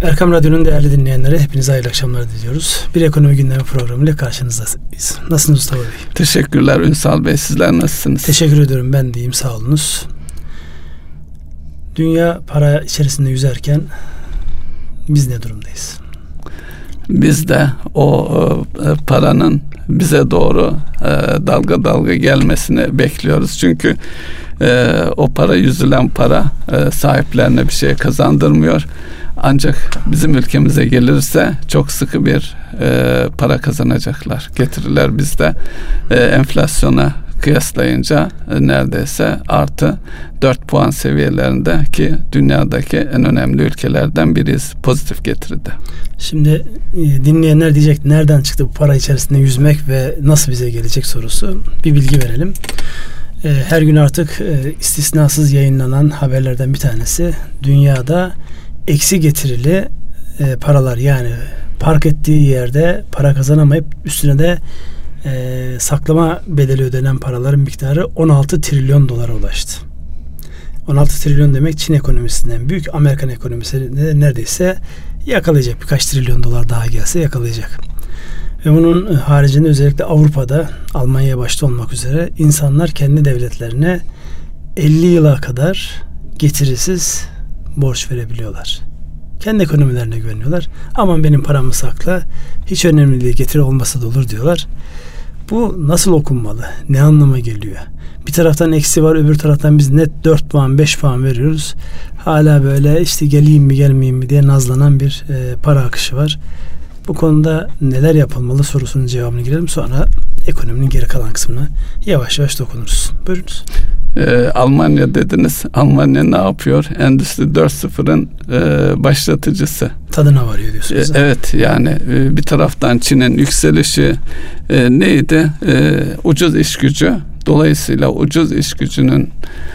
Erkam Radyo'nun değerli dinleyenleri, hepinize hayırlı akşamlar diliyoruz. Bir ekonomi gündemi programıyla karşınızdayız. Nasılsınız Mustafa Bey? Teşekkürler Ünsal Bey. Sizler nasılsınız? Teşekkür ediyorum. Ben de iyiyim. Sağ olunuz. Dünya para içerisinde yüzerken biz ne durumdayız? Biz de o paranın bize doğru dalga dalga gelmesini bekliyoruz. Çünkü o para, yüzülen para sahiplerine bir şey kazandırmıyor. Ancak bizim ülkemize gelirse çok sıkı bir para kazanacaklar. Getiriler bizde enflasyona kıyaslayınca neredeyse artı 4 puan seviyelerinde, ki dünyadaki en önemli ülkelerden biriyiz pozitif getiride. Şimdi dinleyenler diyecek, nereden çıktı bu para içerisinde yüzmek ve nasıl bize gelecek sorusu. Bir bilgi verelim. Her gün artık istisnasız yayınlanan haberlerden bir tanesi, dünyada eksi getirili paralar, yani park ettiği yerde para kazanamayıp üstüne de saklama bedeli ödenen paraların miktarı 16 trilyon dolara ulaştı. 16 trilyon demek Çin ekonomisinden büyük, Amerikan ekonomisinde neredeyse yakalayacak, birkaç trilyon dolar daha gelse yakalayacak. Ve bunun haricinde özellikle Avrupa'da, Almanya başta olmak üzere, insanlar kendi devletlerine 50 yıla kadar getirisiz borç verebiliyorlar. Kendi ekonomilerine güveniyorlar. Aman benim paramı sakla, hiç önemli değil, getiri olmasa da olur diyorlar. Bu nasıl okunmalı? Ne anlama geliyor? Bir taraftan eksi var, öbür taraftan biz net 4 puan 5 puan veriyoruz. Hala böyle işte geleyim mi gelmeyeyim mi diye nazlanan bir para akışı var. Bu konuda neler yapılmalı sorusunun cevabını girelim. Sonra ekonominin geri kalan kısmına yavaş yavaş dokunuruz. Buyurunuz. Almanya dediniz. Almanya ne yapıyor? Endüstri 4.0'ın başlatıcısı. Tadına varıyor diyorsunuz. Evet, yani bir taraftan Çin'in yükselişi neydi? Ucuz iş gücü. Dolayısıyla ucuz iş gücünün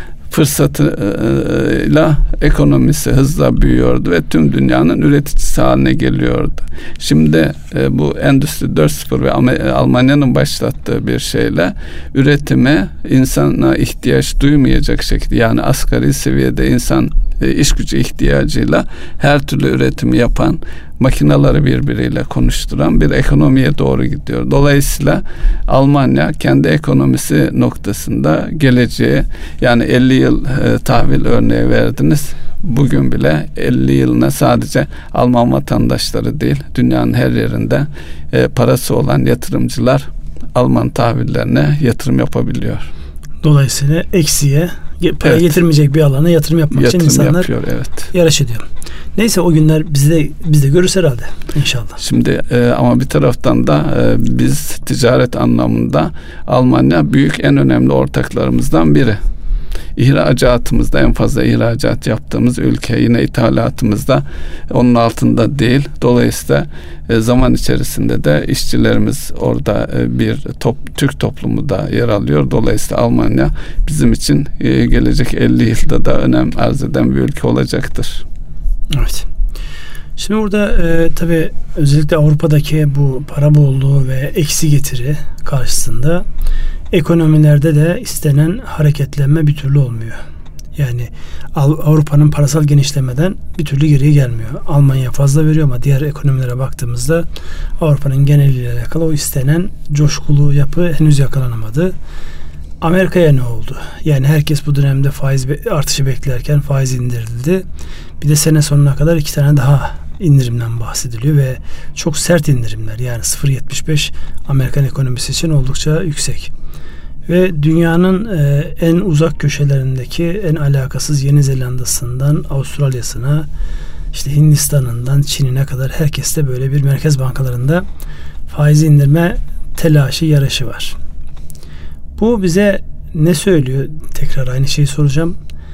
fırsatıyla ekonomisi hızla büyüyordu ve tüm dünyanın üreticisi haline geliyordu. Şimdi bu Endüstri 4.0 ve Almanya'nın başlattığı bir şeyle üretime, insana ihtiyaç duymayacak şekilde, yani asgari seviyede insan iş gücü ihtiyacıyla her türlü üretimi yapan, makinaları birbiriyle konuşturan bir ekonomiye doğru gidiyor. Dolayısıyla Almanya kendi ekonomisi noktasında geleceği, yani 50 yıl tahvil örneği verdiniz. Bugün bile 50 yılına sadece Alman vatandaşları değil, dünyanın her yerinde parası olan yatırımcılar Alman tahvillerine yatırım yapabiliyor. Dolayısıyla eksiye, para getirmeyecek bir alana yatırım yapmak için insanlar yapıyor, evet. yarış ediyor. Neyse, o günler biz de görürüz herhalde inşallah. Şimdi ama bir taraftan da biz ticaret anlamında Almanya büyük, en önemli ortaklarımızdan biri. İhracatımızda en fazla ihracat yaptığımız ülke, yine ithalatımızda onun altında değil. Dolayısıyla zaman içerisinde de işçilerimiz orada bir Türk toplumu da yer alıyor. Dolayısıyla Almanya bizim için gelecek 50 yılda da önem arz eden bir ülke olacaktır. Evet. Şimdi burada tabii özellikle Avrupa'daki bu para bolluğu ve eksi getiri karşısında ekonomilerde de istenen hareketlenme bir türlü olmuyor. Yani Avrupa'nın parasal genişlemeden bir türlü geriye gelmiyor. Almanya fazla veriyor ama diğer ekonomilere baktığımızda Avrupa'nın geneliyle alakalı o istenen coşkulu yapı henüz yakalanamadı. Amerika'ya ne oldu? Yani herkes bu dönemde faiz artışı beklerken faiz indirildi. Bir de sene sonuna kadar 2 tane daha indirimden bahsediliyor ve çok sert indirimler. Yani 0.75 Amerikan ekonomisi için oldukça yüksek. Ve dünyanın en uzak köşelerindeki, en alakasız Yeni Zelanda'sından Avustralya'sına, işte Hindistan'ından Çin'ine kadar herkeste böyle bir merkez bankalarında faiz indirme telaşı, yarışı var. Bu bize ne söylüyor? Tekrar aynı şeyi soracağım.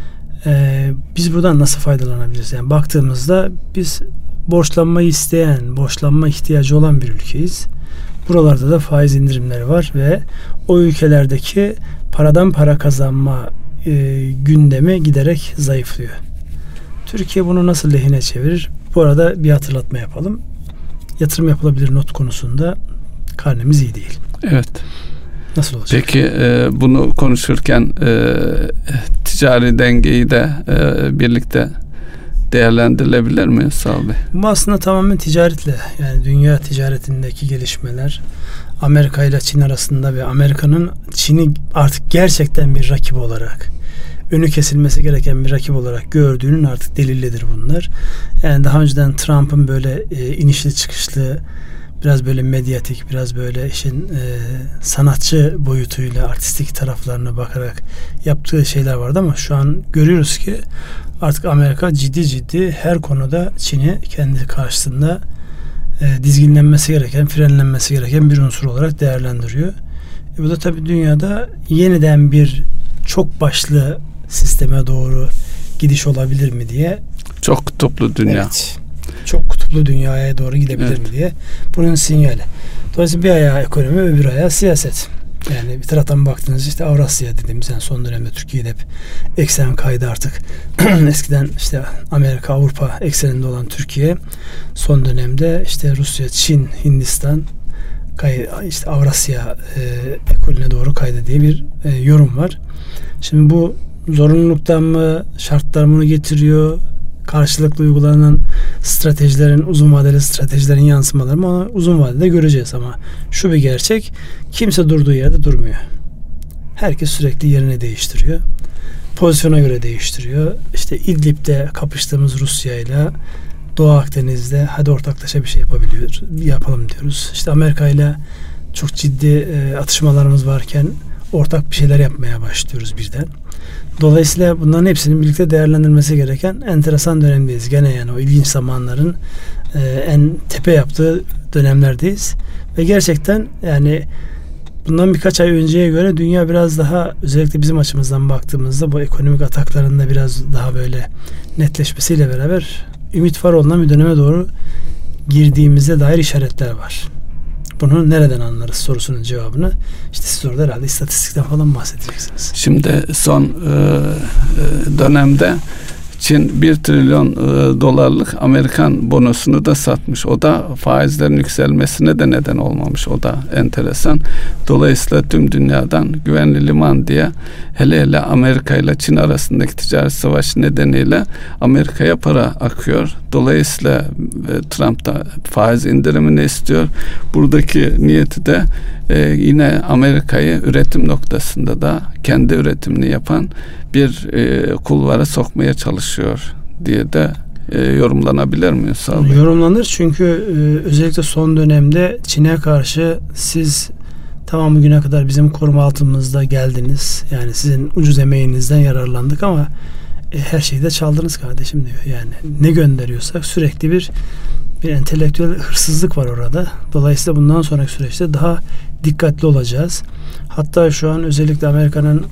Biz buradan nasıl faydalanabiliriz? Yani baktığımızda biz borçlanmayı isteyen, borçlanma ihtiyacı olan bir ülkeyiz. Buralarda da faiz indirimleri var ve o ülkelerdeki paradan para kazanma gündemi giderek zayıflıyor. Türkiye bunu nasıl lehine çevirir? Bu arada bir hatırlatma yapalım. Yatırım yapılabilir not konusunda karnemiz iyi değil. Evet. Nasıl olacak? Peki bunu konuşurken ticari dengeyi de birlikte değerlendirilebilir mi Ünsal Bey? Bu aslında tamamen ticaretle, yani dünya ticaretindeki gelişmeler, Amerika ile Çin arasında ve Amerika'nın Çin'i artık gerçekten bir rakip olarak, önü kesilmesi gereken bir rakip olarak gördüğünün artık delillidir bunlar. Yani daha önceden Trump'ın böyle inişli çıkışlı, biraz böyle medyatik, biraz böyle işin sanatçı boyutuyla, artistik taraflarına bakarak yaptığı şeyler vardı ama şu an görüyoruz ki artık Amerika ciddi her konuda Çin'i kendi karşısında dizginlenmesi gereken, frenlenmesi gereken bir unsur olarak değerlendiriyor. Bu da tabii dünyada yeniden bir çok başlı sisteme doğru gidiş olabilir mi diye. Çok kutuplu dünya. Evet. Çok kutuplu dünyaya doğru gidebilir mi diye. Bunun sinyali. Dolayısıyla bir ayağı ekonomi, öbür ayağı siyaset. Yani bir taraftan baktığınız işte Avrasya dediğimiz, yani son dönemde Türkiye'de hep eksen kaydı artık. Eskiden işte Amerika, Avrupa ekseninde olan Türkiye son dönemde işte Rusya, Çin, Hindistan işte Avrasya ekolüne doğru kaydı diye bir yorum var. Şimdi bu zorunluluktan mı, şartlar bunu getiriyor, karşılıklı uygulanan stratejilerin, uzun vadeli stratejilerin yansımaları mı, onu uzun vadede göreceğiz ama şu bir gerçek, kimse durduğu yerde durmuyor. Herkes sürekli yerini değiştiriyor. Pozisyona göre değiştiriyor. İşte İdlib'de kapıştığımız Rusya'yla Doğu Akdeniz'de hadi ortaklaşa bir şey yapalım diyoruz. İşte Amerika ile çok ciddi atışmalarımız varken ortak bir şeyler yapmaya başlıyoruz birden. Dolayısıyla bunların hepsinin birlikte değerlendirilmesi gereken enteresan dönemdeyiz. Gene yani o ilginç zamanların en tepe yaptığı dönemlerdeyiz. Ve gerçekten yani bundan birkaç ay önceye göre dünya biraz daha, özellikle bizim açımızdan baktığımızda, bu ekonomik ataklarında biraz daha böyle netleşmesiyle beraber ümit var olunan bir döneme doğru girdiğimize dair işaretler var. Bunu nereden anlarız sorusunun cevabını işte siz orada herhalde istatistikten falan bahsedeceksiniz. Şimdi son dönemde Çin 1 trilyon dolarlık Amerikan bonosunu da satmış. O da faizlerin yükselmesine de neden olmamış. O da enteresan. Dolayısıyla tüm dünyadan güvenli liman diye, hele Amerika ile Çin arasındaki ticaret savaşı nedeniyle Amerika'ya para akıyor. Dolayısıyla Trump da faiz indirimini istiyor. Buradaki niyeti de yine Amerika'yı üretim noktasında da kendi üretimini yapan bir kulvara sokmaya çalışıyor diye de yorumlanabilir mi Ünsal Bey? Yorumlanır çünkü özellikle son dönemde Çin'e karşı siz tamam bugüne kadar bizim koruma altımızda geldiniz. Yani sizin ucuz emeğinizden yararlandık ama her şeyi de çaldınız kardeşim diyor. Yani ne gönderiyorsak sürekli bir entelektüel hırsızlık var orada. Dolayısıyla bundan sonraki süreçte daha dikkatli olacağız. Hatta şu an özellikle Amerika'nın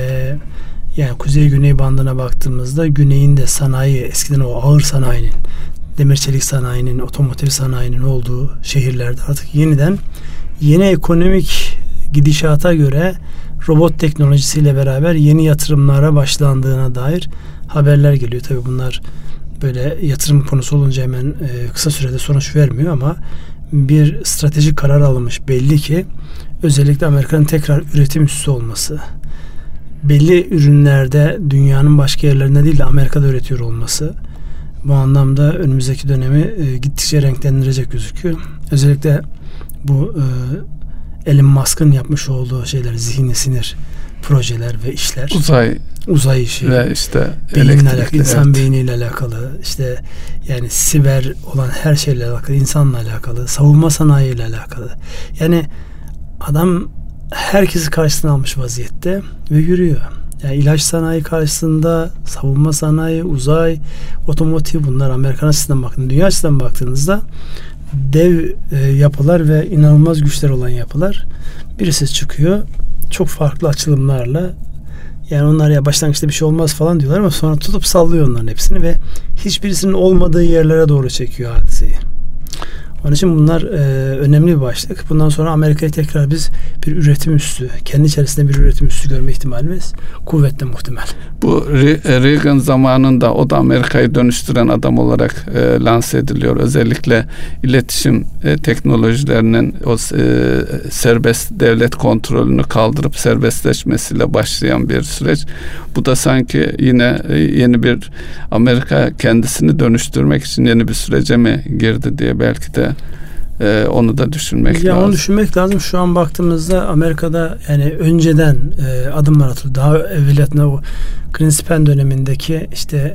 yani kuzey-güney bandına baktığımızda güneyinde sanayi, eskiden o ağır sanayinin, demir çelik sanayinin, otomotiv sanayinin olduğu şehirlerde artık yeniden yeni ekonomik gidişata göre robot teknolojisiyle beraber yeni yatırımlara başlandığına dair haberler geliyor. Tabii bunlar böyle yatırım konusu olunca hemen kısa sürede sonuç vermiyor ama bir stratejik karar alınmış. Belli ki özellikle Amerika'nın tekrar üretim üssü olması, belli ürünlerde dünyanın başka yerlerinde değil de Amerika'da üretiyor olması bu anlamda önümüzdeki dönemi gittikçe renklendirecek gözüküyor. Özellikle bu Elon Musk'ın yapmış olduğu şeyler, zihni sinir projeler ve işler. Uzay işi ve işte beyinle alakalı, insan beyniyle alakalı, işte yani siber olan her şeyle alakalı, insanla alakalı, savunma sanayiyle alakalı. Yani adam herkesi karşısına almış vaziyette ve yürüyor. Yani ilaç sanayi karşısında, savunma sanayi, uzay, otomotiv, bunlar Amerikan açısından baktığınızda, dünya açısından baktığınızda dev yapılar ve inanılmaz güçler olan yapılar. Birisi çıkıyor çok farklı açılımlarla, yani onlar ya başlangıçta bir şey olmaz falan diyorlar ama sonra tutup sallıyor onların hepsini ve hiçbirisinin olmadığı yerlere doğru çekiyor hadiseyi. Onun için bunlar önemli bir başlık. Bundan sonra Amerika'yı tekrar biz bir üretim üssü, kendi içerisinde bir üretim üssü görme ihtimalimiz kuvvetle muhtemel. Bu Reagan zamanında o da Amerika'yı dönüştüren adam olarak lanse ediliyor. Özellikle iletişim teknolojilerinin o serbest devlet kontrolünü kaldırıp serbestleşmesiyle başlayan bir süreç. Bu da sanki yine yeni bir Amerika kendisini dönüştürmek için yeni bir sürece mi girdi diye belki de onu da düşünmek lazım. Onu düşünmek lazım. Şu an baktığımızda Amerika'da yani önceden adımlar atıldı. Daha evveliyatında o Greenspan dönemindeki işte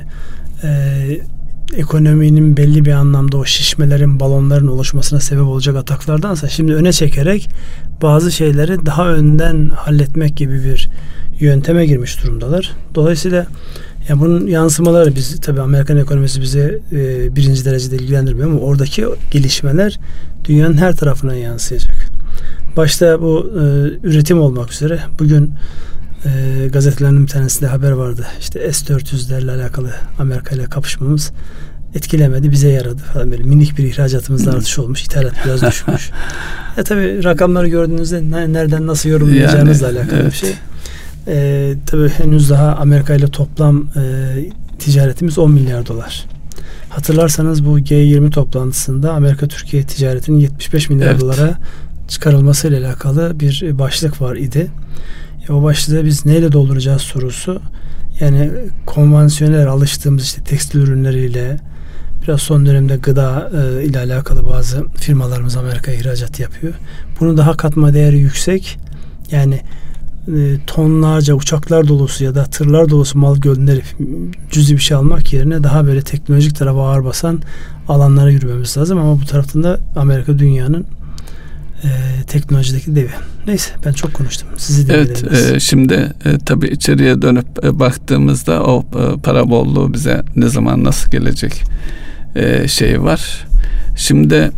ekonominin belli bir anlamda o şişmelerin, balonların oluşmasına sebep olacak ataklardansa şimdi öne çekerek bazı şeyleri daha önden halletmek gibi bir yönteme girmiş durumdalar. Dolayısıyla yani bunun yansımaları biz tabii Amerikan ekonomisi bize birinci derecede ilgilendirmiyor ama oradaki gelişmeler dünyanın her tarafına yansıyacak. Başta bu üretim olmak üzere bugün gazetelerinin bir tanesinde haber vardı. İşte S-400'lerle alakalı Amerika ile kapışmamız etkilemedi, bize yaradı falan, böyle minik bir ihracatımızda artış olmuş, ithalat biraz düşmüş. Tabii rakamları gördüğünüzde nereden nasıl yorumlayacağınızla alakalı bir şey. Tabii henüz daha Amerika ile toplam ticaretimiz 10 milyar dolar. Hatırlarsanız bu G20 toplantısında Amerika-Türkiye ticaretinin 75 milyar dolara çıkarılmasıyla alakalı bir başlık var idi. O başlığı biz neyle dolduracağız sorusu. Yani konvansiyonel alıştığımız işte tekstil ürünleriyle, biraz son dönemde gıda ile alakalı bazı firmalarımız Amerika'ya ihracat yapıyor. Bunu daha katma değeri yüksek, yani tonlarca uçaklar dolusu ya da tırlar dolusu mal gönderip cüzi bir şey almak yerine daha böyle teknolojik tarafa ağır basan alanlara yürümemiz lazım. Ama bu taraftan da Amerika dünyanın teknolojideki devi. Neyse, ben çok konuştum. Sizi dinleyelim. Şimdi tabii içeriye dönüp baktığımızda o para bolluğu bize ne zaman nasıl gelecek şeyi var. Şimdi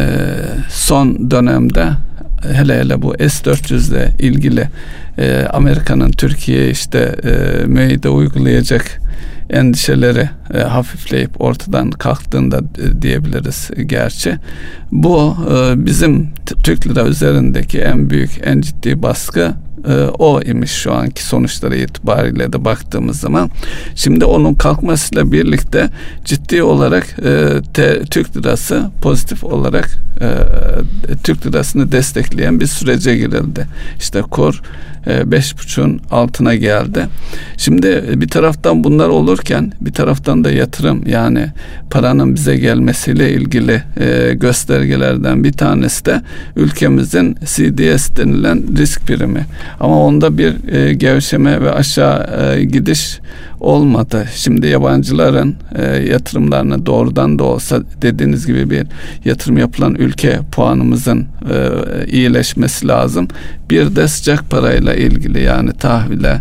son dönemde hele bu S-400 ile ilgili Amerika'nın Türkiye'ye işte müeyyide uygulayacak endişeleri hafifleyip ortadan kalktığında diyebiliriz gerçi. Bu bizim Türk lira üzerindeki en büyük, en ciddi baskı o imiş şu anki sonuçları itibariyle de baktığımız zaman. Şimdi onun kalkmasıyla birlikte ciddi olarak Türk lirası pozitif olarak Türk lirasını destekleyen bir sürece girildi. İşte kur 5,5'un altına geldi. Şimdi bir taraftan bunlar olurken bir taraftan da yatırım, yani paranın bize gelmesiyle ilgili göstergelerden bir tanesi de ülkemizin CDS denilen risk primi. Ama onda bir gevşeme ve aşağı gidiş olmadı. Şimdi yabancıların yatırımlarını doğrudan da olsa dediğiniz gibi bir yatırım yapılan ülke puanımızın iyileşmesi lazım. Bir de sıcak parayla ilgili, yani tahvile,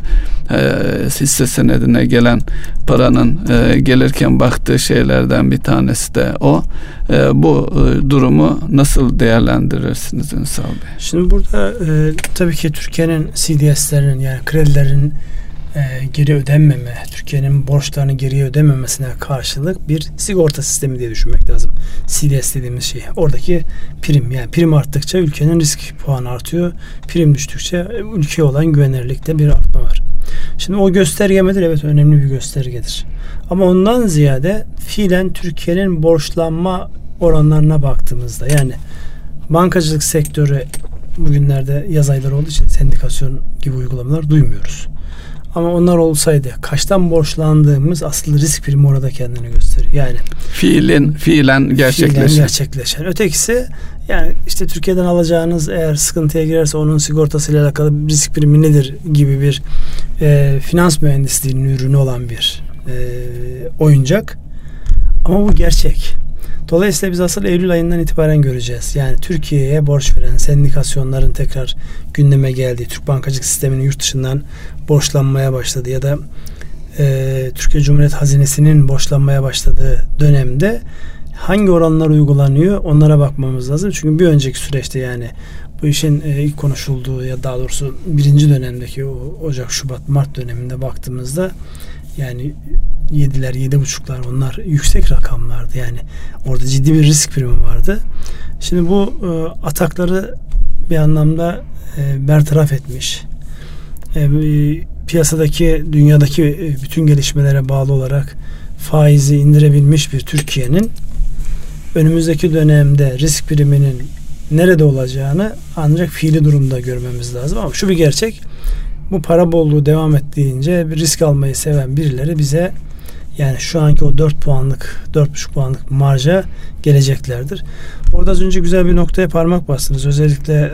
hisse senedine gelen paranın gelirken baktığı şeylerden bir tanesi de o. Bu durumu nasıl değerlendirirsiniz Ünsal Bey? Şimdi burada tabii ki Türkiye'nin CDS'lerinin, yani kredilerin geri ödenmeme, Türkiye'nin borçlarını geriye ödememesine karşılık bir sigorta sistemi diye düşünmek lazım. CDS dediğimiz şey. Oradaki prim, yani prim arttıkça ülkenin risk puanı artıyor. Prim düştükçe ülkeye olan güvenilirlikte bir artma var. Şimdi o gösterge midir? Evet, önemli bir göstergedir. Ama ondan ziyade fiilen Türkiye'nin borçlanma oranlarına baktığımızda, yani bankacılık sektörü bugünlerde yaz ayları olduğu için sendikasyon gibi uygulamalar duymuyoruz. Ama onlar olsaydı kaçtan borçlandığımız aslında risk primi orada kendini gösterir. Yani fiilen gerçekleşen. Ötekisi, yani işte Türkiye'den alacağınız eğer sıkıntıya girerse onun sigortasıyla alakalı risk primi nedir gibi bir finans mühendisliğinin ürünü olan bir oyuncak. Ama bu gerçek. Dolayısıyla biz asıl Eylül ayından itibaren göreceğiz. Yani Türkiye'ye borç veren sendikasyonların tekrar gündeme geldiği, Türk bankacılık sisteminin yurt dışından borçlanmaya başladığı ya da Türkiye Cumhuriyet Hazinesi'nin borçlanmaya başladığı dönemde hangi oranlar uygulanıyor, onlara bakmamız lazım. Çünkü bir önceki süreçte, yani bu işin ilk konuşulduğu ya daha doğrusu birinci dönemdeki o Ocak, Şubat, Mart döneminde baktığımızda Yani 7'ler, 7,5'lar, onlar yüksek rakamlardı. Yani orada ciddi bir risk primi vardı. Şimdi bu atakları bir anlamda bertaraf etmiş. Piyasadaki, dünyadaki bütün gelişmelere bağlı olarak faizi indirebilmiş bir Türkiye'nin önümüzdeki dönemde risk priminin nerede olacağını ancak fiili durumda görmemiz lazım. Ama şu bir gerçek, bu para bolluğu devam ettiğince bir risk almayı seven birileri bize, yani şu anki o 4 puanlık, 4,5 puanlık marja geleceklerdir. Orada az önce güzel bir noktaya parmak bastınız. Özellikle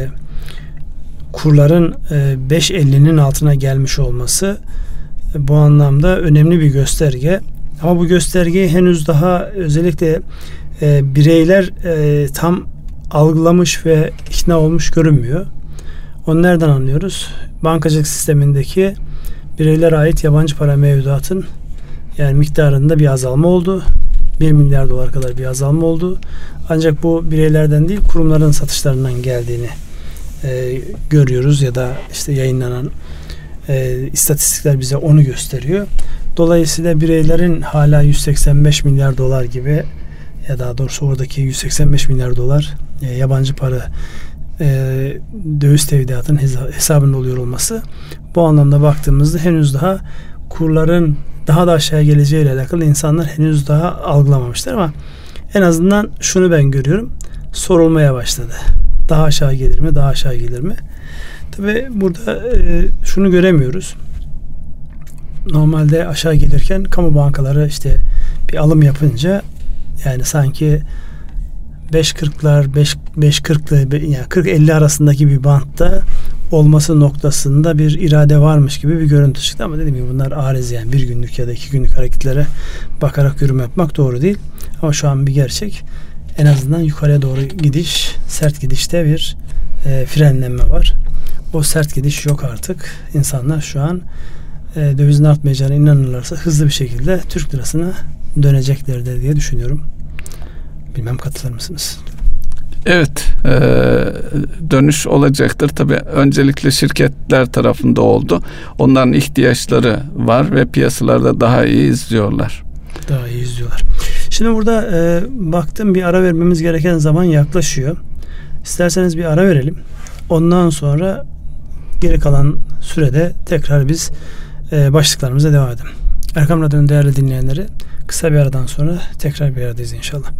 kurların 5.50'nin altına gelmiş olması bu anlamda önemli bir gösterge. Ama bu göstergeyi henüz daha özellikle bireyler tam algılamış ve ikna olmuş görünmüyor. Onu nereden anlıyoruz? Bankacılık sistemindeki bireylere ait yabancı para mevduatın yani miktarında bir azalma oldu. 1 milyar dolar kadar bir azalma oldu. Ancak bu bireylerden değil, kurumların satışlarından geldiğini görüyoruz ya da işte yayınlanan istatistikler bize onu gösteriyor. Dolayısıyla bireylerin hala 185 milyar dolar gibi, ya daha doğrusu oradaki 185 milyar dolar yabancı para döviz tevdiatının hesabında oluyor olması, bu anlamda baktığımızda henüz daha kurların daha da aşağıya geleceğiyle alakalı insanlar henüz daha algılamamışlar, ama en azından şunu ben görüyorum, sorulmaya başladı. Daha aşağı gelir mi? Daha aşağı gelir mi? Tabii burada şunu göremiyoruz. Normalde aşağı gelirken kamu bankaları işte bir alım yapınca, yani sanki 5.40'lar 5.40'lı yani 40-50 arasındaki bir bantta olması noktasında bir irade varmış gibi bir görüntü çıktı, ama dediğim gibi bunlar ariz, yani bir günlük ya da 2 günlük hareketlere bakarak yorum yapmak doğru değil. Ama şu an bir gerçek, en azından yukarıya doğru gidiş, sert gidişte bir frenlenme var. O sert gidiş yok artık. İnsanlar şu an dövizin artmayacağına inanırlarsa hızlı bir şekilde Türk lirasına döneceklerdir diye düşünüyorum. Bilmem katılır mısınız? Evet, dönüş olacaktır. Tabii öncelikle şirketler tarafında oldu. Onların ihtiyaçları var ve piyasalarda daha iyi izliyorlar. Daha iyi izliyorlar. Şimdi burada baktım bir ara vermemiz gereken zaman yaklaşıyor. İsterseniz bir ara verelim. Ondan sonra geri kalan sürede tekrar biz başlıklarımıza devam edelim. Erkam Radyo'nun değerli dinleyenleri, kısa bir aradan sonra tekrar bir aradayız inşallah.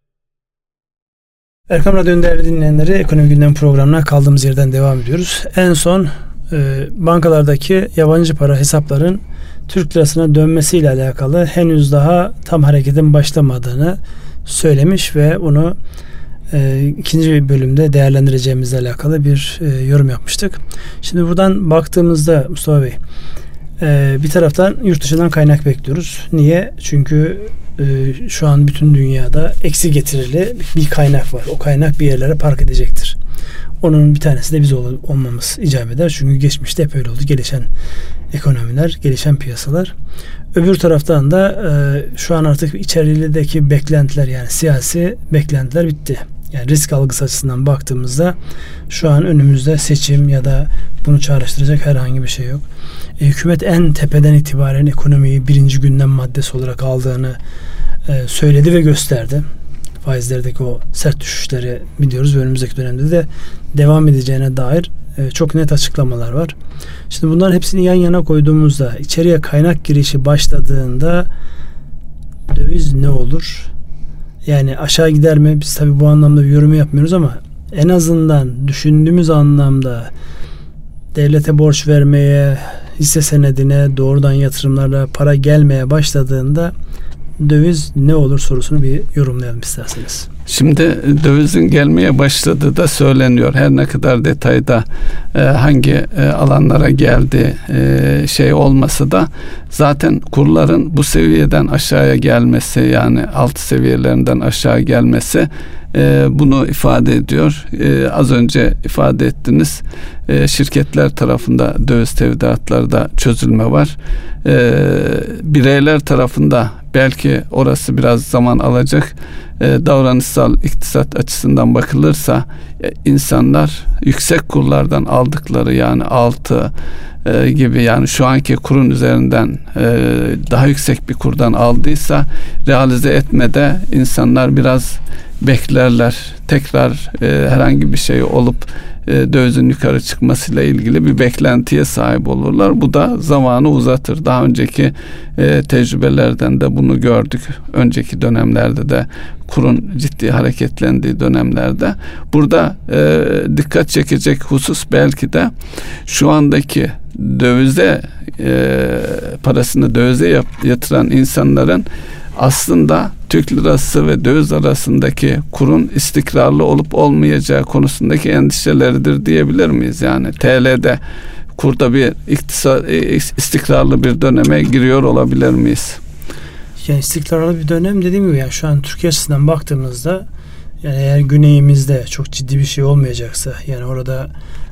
Erkam Radyo'nun değerli dinleyenleri, Ekonomi Gündemi programına kaldığımız yerden devam ediyoruz. En son bankalardaki yabancı para hesapların Türk lirasına dönmesiyle alakalı henüz daha tam hareketin başlamadığını söylemiş ve bunu ikinci bölümde değerlendireceğimizle alakalı bir yorum yapmıştık. Şimdi buradan baktığımızda Mustafa Bey, bir taraftan yurt dışından kaynak bekliyoruz. Niye? Çünkü şu an bütün dünyada eksi getirili bir kaynak var. O kaynak bir yerlere park edecektir. Onun bir tanesi de biz olmamız icap eder. Çünkü geçmişte hep öyle oldu. Gelişen ekonomiler, gelişen piyasalar. Öbür taraftan da şu an artık içerideki beklentiler, yani siyasi beklentiler bitti. Yani risk algısı açısından baktığımızda şu an önümüzde seçim ya da bunu çağrıştıracak herhangi bir şey yok. Hükümet en tepeden itibaren ekonomiyi birinci gündem maddesi olarak aldığını söyledi ve gösterdi. Faizlerdeki o sert düşüşleri biliyoruz ve önümüzdeki dönemde de devam edeceğine dair çok net açıklamalar var. Şimdi bunların hepsini yan yana koyduğumuzda, içeriye kaynak girişi başladığında döviz ne olur? Yani aşağı gider mi? Biz tabii bu anlamda bir yorum yapmıyoruz, ama en azından düşündüğümüz anlamda devlete borç vermeye, hisse senedine doğrudan yatırımlarla para gelmeye başladığında döviz ne olur sorusunu bir yorumlayalım isterseniz. Şimdi dövizin gelmeye başladığı da söyleniyor. Her ne kadar detayda hangi alanlara geldi şey olmasa da zaten kurların bu seviyeden aşağıya gelmesi, yani alt seviyelerinden aşağı gelmesi bunu ifade ediyor. Az önce ifade ettiniz. Şirketler tarafında döviz tevdiatlarda çözülme var. Bireyler tarafında belki orası biraz zaman alacak. Davranışsal iktisat açısından bakılırsa insanlar yüksek kurlardan aldıkları, yani 6 gibi, yani şu anki kurun üzerinden daha yüksek bir kurdan aldıysa realize etmede insanlar biraz beklerler. Tekrar herhangi bir şey olup dövizin yukarı çıkmasıyla ilgili bir beklentiye sahip olurlar. Bu da zamanı uzatır. Daha önceki tecrübelerden de bunu gördük. Önceki dönemlerde de, kurun ciddi hareketlendiği dönemlerde. Burada dikkat çekecek husus belki de şu andaki dövize parasını dövize yatıran insanların aslında Türk lirası ve döviz arasındaki kurun istikrarlı olup olmayacağı konusundaki endişeleridir diyebilir miyiz? Yani TL'de kurda bir istikrarlı bir döneme giriyor olabilir miyiz? Yani istikrarlı bir dönem dediğim gibi, yani şu an Türkiye açısından baktığımızda, yani eğer güneyimizde çok ciddi bir şey olmayacaksa, yani orada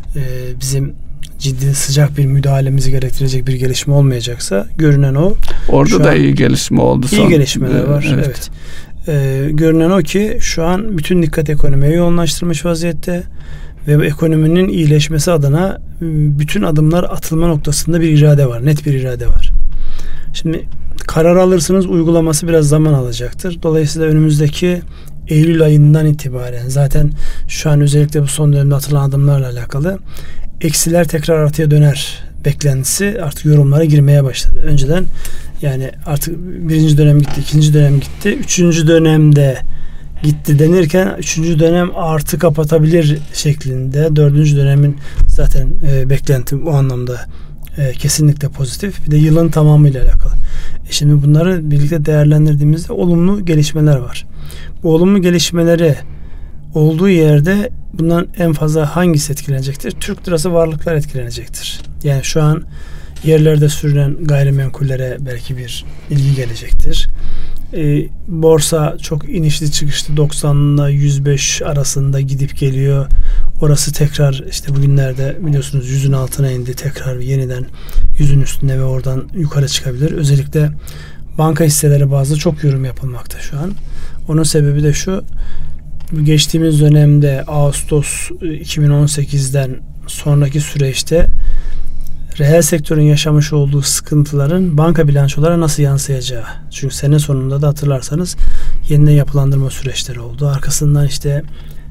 bizim ciddi sıcak bir müdahalemizi gerektirecek bir gelişme olmayacaksa, görünen o. Orada da iyi gelişme oldu. İyi gelişmeler var. Evet. Görünen o ki şu an bütün dikkat ekonomiye yoğunlaştırmış vaziyette ve ekonominin iyileşmesi adına bütün adımlar atılma noktasında bir irade var. Net bir irade var. Şimdi karar alırsınız, uygulaması biraz zaman alacaktır. Dolayısıyla önümüzdeki Eylül ayından itibaren, zaten şu an özellikle bu son dönemde atılan adımlarla alakalı eksiler tekrar artıya döner beklentisi artık yorumlara girmeye başladı. Önceden yani artık birinci dönem gitti, ikinci dönem gitti, üçüncü dönemde gitti denirken üçüncü dönem artı kapatabilir şeklinde, dördüncü dönemin zaten beklenti bu anlamda kesinlikle pozitif. Bir de yılın tamamıyla alakalı. Şimdi bunları birlikte değerlendirdiğimizde olumlu gelişmeler var. Bu olumlu gelişmeleri olduğu yerde bundan en fazla hangisi etkilenecektir? Türk lirası varlıklar etkilenecektir. Yani şu an yerlerde sürülen gayrimenkullere belki bir ilgi gelecektir. Borsa çok inişli çıkışlı 90 ile 105 arasında gidip geliyor. Orası tekrar işte bugünlerde biliyorsunuz 100'ün altına indi. Tekrar yeniden 100'ün üstünde ve oradan yukarı çıkabilir. Özellikle banka hisseleri bazlı çok yorum yapılmakta şu an. Onun sebebi de şu: geçtiğimiz dönemde Ağustos 2018'den sonraki süreçte reel sektörün yaşamış olduğu sıkıntıların banka bilançolara nasıl yansıyacağı. Çünkü sene sonunda da hatırlarsanız yeniden yapılandırma süreçleri oldu. Arkasından işte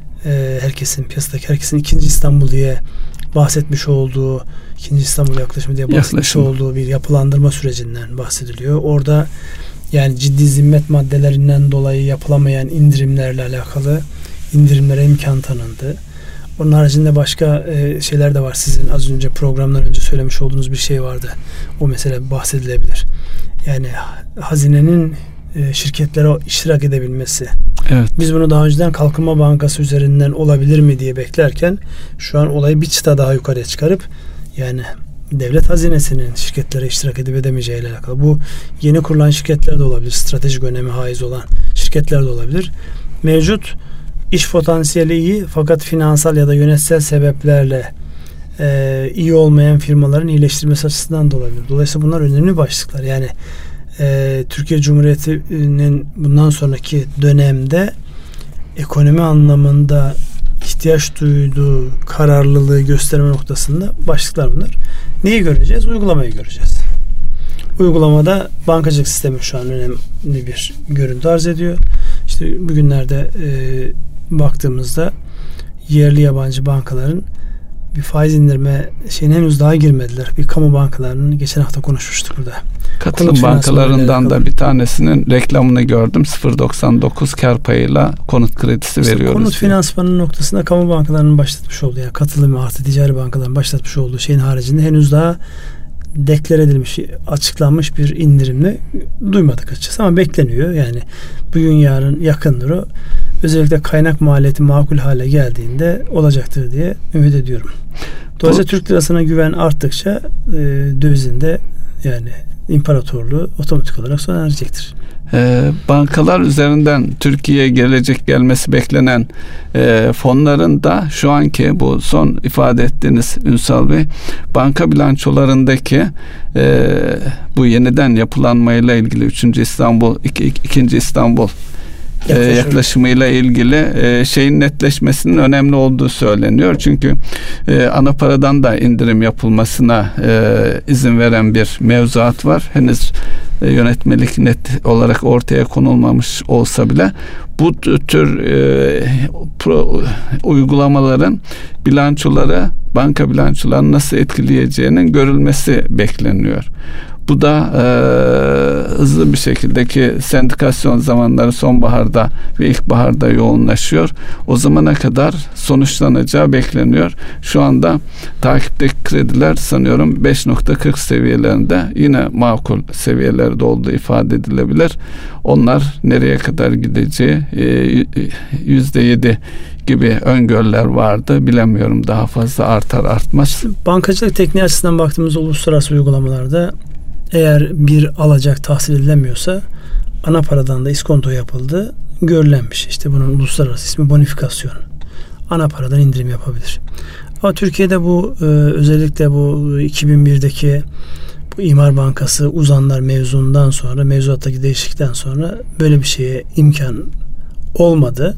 piyasadaki herkesin 2. İstanbul diye bahsetmiş olduğu, 2. İstanbul yaklaşımı diye bahsetmiş olduğu bir yapılandırma sürecinden bahsediliyor. Orada yani ciddi zimmet maddelerinden dolayı yapılamayan indirimlerle alakalı indirimlere imkan tanındı. Onun haricinde başka şeyler de var. Sizin az önce programdan önce söylemiş olduğunuz bir şey vardı. O mesele bahsedilebilir. Yani hazinenin şirketlere iştirak edebilmesi. Evet. Biz bunu daha önceden Kalkınma Bankası üzerinden olabilir mi diye beklerken şu an olayı bir çıta daha yukarıya çıkarıp yani devlet hazinesinin şirketlere iştirak edip edemeyeceği ile alakalı. Bu yeni kurulan şirketler de olabilir. Stratejik önemi haiz olan şirketler de olabilir. Mevcut iş potansiyeli iyi fakat finansal ya da yönetsel sebeplerle iyi olmayan firmaların iyileştirmesi açısından da olabilir. Dolayısıyla bunlar önemli başlıklar. Yani Türkiye Cumhuriyeti'nin bundan sonraki dönemde ekonomi anlamında ihtiyaç duyduğu kararlılığı gösterme noktasında başlıklar bunlar. Neyi göreceğiz? Uygulamayı göreceğiz. Uygulamada bankacılık sistemi şu an önemli bir görüntü arz ediyor. İşte bugünlerde baktığımızda yerli yabancı bankaların bir faiz indirme şeyine henüz daha girmediler. Bir kamu bankalarının geçen hafta konuşmuştuk burada. Katılım bankalarından da bir tanesinin reklamını gördüm. 0.99 kar payıyla konut kredisi veriyoruz. Konut diye. finansmanının noktasında kamu bankalarının başlatmış olduğu, yani katılım artı ticari bankaların başlatmış olduğu şeyin haricinde henüz daha deklar edilmiş, açıklanmış bir indirimle duymadık açıkçası ama bekleniyor. Yani bugün yarın yakındır o. Özellikle kaynak maliyeti makul hale geldiğinde olacaktır diye ümit ediyorum. Dolayısıyla Türk lirasına güven arttıkça dövizin de yani imparatorluğu otomatik olarak sona erecektir. bankalar üzerinden Türkiye'ye gelmesi beklenen fonların da şu anki bu son ifade ettiğiniz Ünsal Bey, banka bilançolarındaki bu yeniden yapılanmayla ilgili 2. İstanbul yaklaşımıyla ilgili şeyin netleşmesinin önemli olduğu söyleniyor. Çünkü ana paradan da indirim yapılmasına izin veren bir mevzuat var. Henüz yönetmelik net olarak ortaya konulmamış olsa bile bu tür uygulamaların banka bilançolarını nasıl etkileyeceğinin görülmesi bekleniyor. Bu da hızlı bir şekilde, ki sendikasyon zamanları sonbaharda ve ilkbaharda yoğunlaşıyor. O zamana kadar sonuçlanacağı bekleniyor. Şu anda takipteki krediler sanıyorum 5.40 seviyelerinde, yine makul seviyelerde olduğu ifade edilebilir. Onlar nereye kadar gideceği %7 gibi öngörüler vardı. Bilemiyorum, daha fazla artar artmaz. Bankacılık tekniği açısından baktığımızda uluslararası uygulamalarda eğer bir alacak tahsil edilemiyorsa ana paradan da iskonto yapıldı, görülenmiş. İşte bunun uluslararası ismi bonifikasyon. Ana paradan indirim yapabilir. Ama Türkiye'de bu özellikle bu 2001'deki bu İmar Bankası uzanlar mevzundan sonra, mevzuattaki değişiklikten sonra böyle bir şeye imkan olmadı.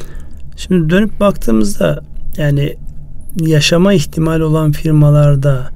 Şimdi dönüp baktığımızda yani yaşama ihtimali olan firmalarda,